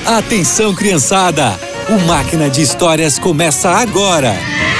Atenção, criançada! O Máquina de Histórias começa agora!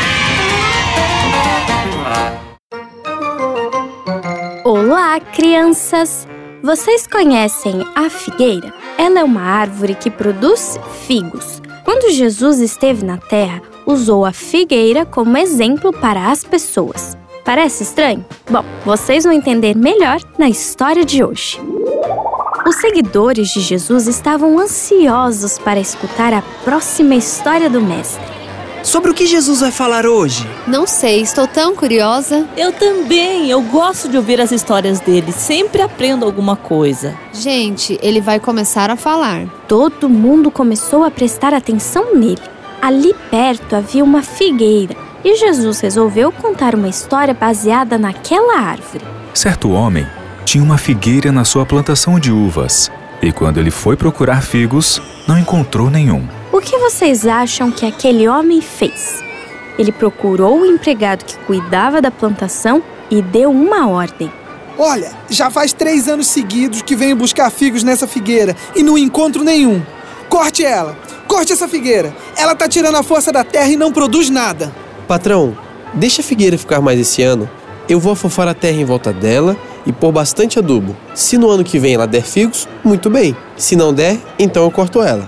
Olá, crianças! Vocês conhecem a figueira? Ela é uma árvore que produz figos. Quando Jesus esteve na Terra, usou a figueira como exemplo para as pessoas. Parece estranho? Bom, vocês vão entender melhor na história de hoje. Os seguidores de Jesus estavam ansiosos para escutar a próxima história do Mestre. Sobre o que Jesus vai falar hoje? Não sei, estou tão curiosa. Eu também, eu gosto de ouvir as histórias dele, sempre aprendo alguma coisa. Gente, ele vai começar a falar. Todo mundo começou a prestar atenção nele. Ali perto havia uma figueira e Jesus resolveu contar uma história baseada naquela árvore. Certo homem tinha uma figueira na sua plantação de uvas e quando ele foi procurar figos, não encontrou nenhum. O que vocês acham que aquele homem fez? Ele procurou o empregado que cuidava da plantação e deu uma ordem. Olha, já faz 3 anos seguidos que venho buscar figos nessa figueira e não encontro nenhum. Corte ela! Corte essa figueira! Ela tá tirando a força da terra e não produz nada. Patrão, deixa a figueira ficar mais esse ano. Eu vou afofar a terra em volta dela e pôr bastante adubo. Se no ano que vem ela der figos, muito bem. Se não der, então eu corto ela.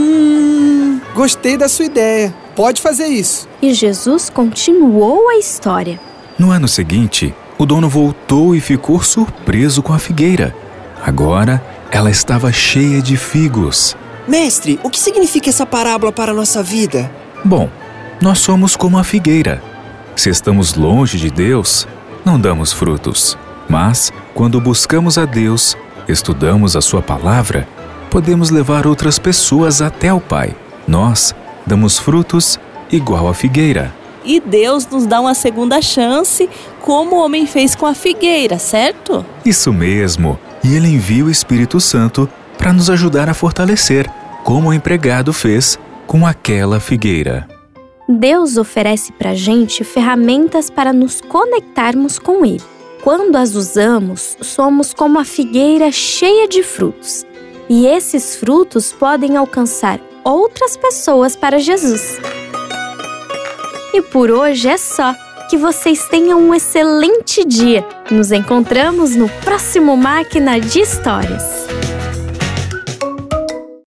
Gostei da sua ideia. Pode fazer isso. E Jesus continuou a história. No ano seguinte, o dono voltou e ficou surpreso com a figueira. Agora, ela estava cheia de figos. Mestre, o que significa essa parábola para a nossa vida? Bom, nós somos como a figueira. Se estamos longe de Deus, não damos frutos. Mas, quando buscamos a Deus, estudamos a sua palavra, podemos levar outras pessoas até o Pai. Nós damos frutos igual a figueira. E Deus nos dá uma segunda chance, como o homem fez com a figueira, certo? Isso mesmo. E Ele envia o Espírito Santo para nos ajudar a fortalecer, como o empregado fez com aquela figueira. Deus oferece pra gente ferramentas para nos conectarmos com Ele. Quando as usamos, somos como a figueira cheia de frutos. E esses frutos podem alcançar outras pessoas para Jesus. E por hoje é só. Que vocês tenham um excelente dia. Nos encontramos no próximo Máquina de Histórias.